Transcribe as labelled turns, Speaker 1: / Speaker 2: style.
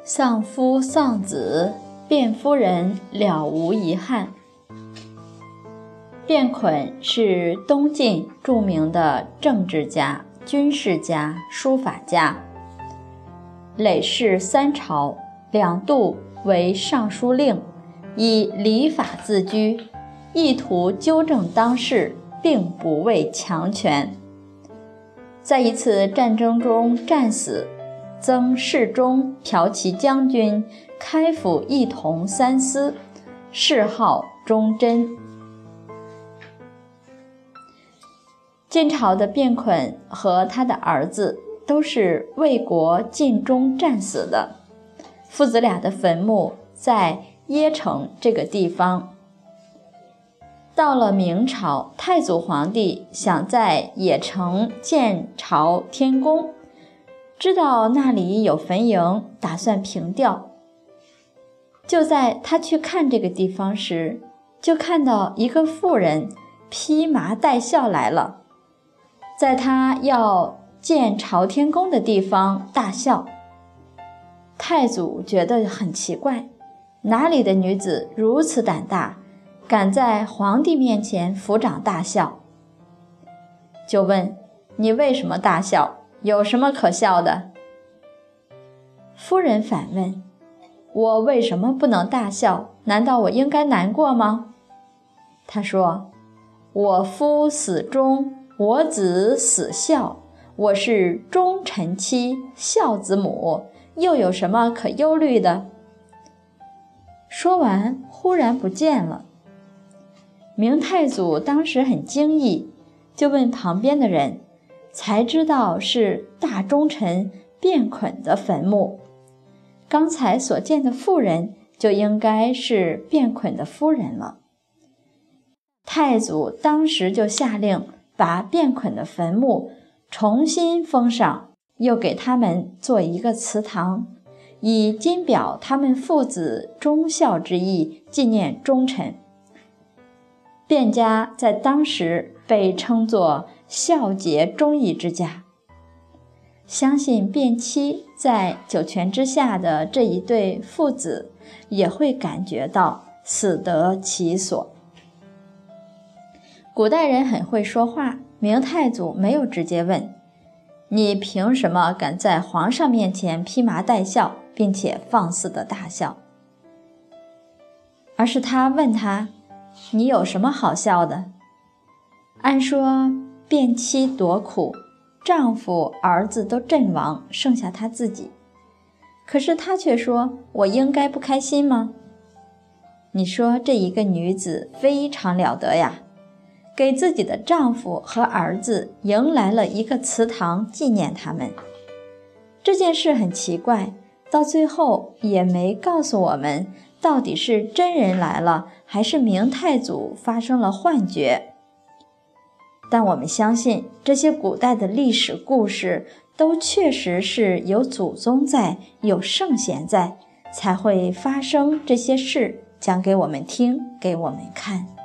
Speaker 1: 丧夫丧子，卞夫人了无遗憾。卞捆是东晋著名的政治家、军事家、书法家，累仕3朝，2度为尚书令，以礼法自居，意图纠正当世，并不畏强权。在一次战争中战死，曾侍中骠骑将军开府一同3司，谥号忠贞。晋朝的卞捆和他的儿子都是为国尽忠战死的，父子俩的坟墓在邺城这个地方。到了明朝，太祖皇帝想在邺城建朝天宫，知道那里有坟茔，打算平吊。就在他去看这个地方时，就看到一个妇人披麻戴孝来了，在他要建朝天宫的地方大笑。太祖觉得很奇怪，哪里的女子如此胆大，敢在皇帝面前抚掌大笑？就问：你为什么大笑？有什么可笑的？夫人反问：我为什么不能大笑？难道我应该难过吗？他说：我夫死忠，我子死孝，我是忠臣妻，孝子母，又有什么可忧虑的？说完忽然不见了。明太祖当时很惊异，就问旁边的人，才知道是大忠臣卞捆的坟墓。刚才所见的妇人就应该是卞捆的夫人了。太祖当时就下令把卞捆的坟墓重新封上，又给他们做一个祠堂，以今表他们父子忠孝之意，纪念忠臣。卞家在当时被称作孝节忠义之家。相信卞妻在九泉之下的这一对父子也会感觉到死得其所。古代人很会说话，明太祖没有直接问你凭什么敢在皇上面前披麻戴孝，并且放肆的大笑，而是他问他，你有什么好笑的？按说卞妻多苦，丈夫儿子都阵亡，剩下她自己，可是她却说，我应该不开心吗？你说这一个女子非常了得呀，给自己的丈夫和儿子迎来了一个祠堂纪念他们。这件事很奇怪，到最后也没告诉我们到底是真人来了，还是明太祖发生了幻觉。但我们相信这些古代的历史故事都确实是有祖宗在，有圣贤在，才会发生这些事，讲给我们听，给我们看。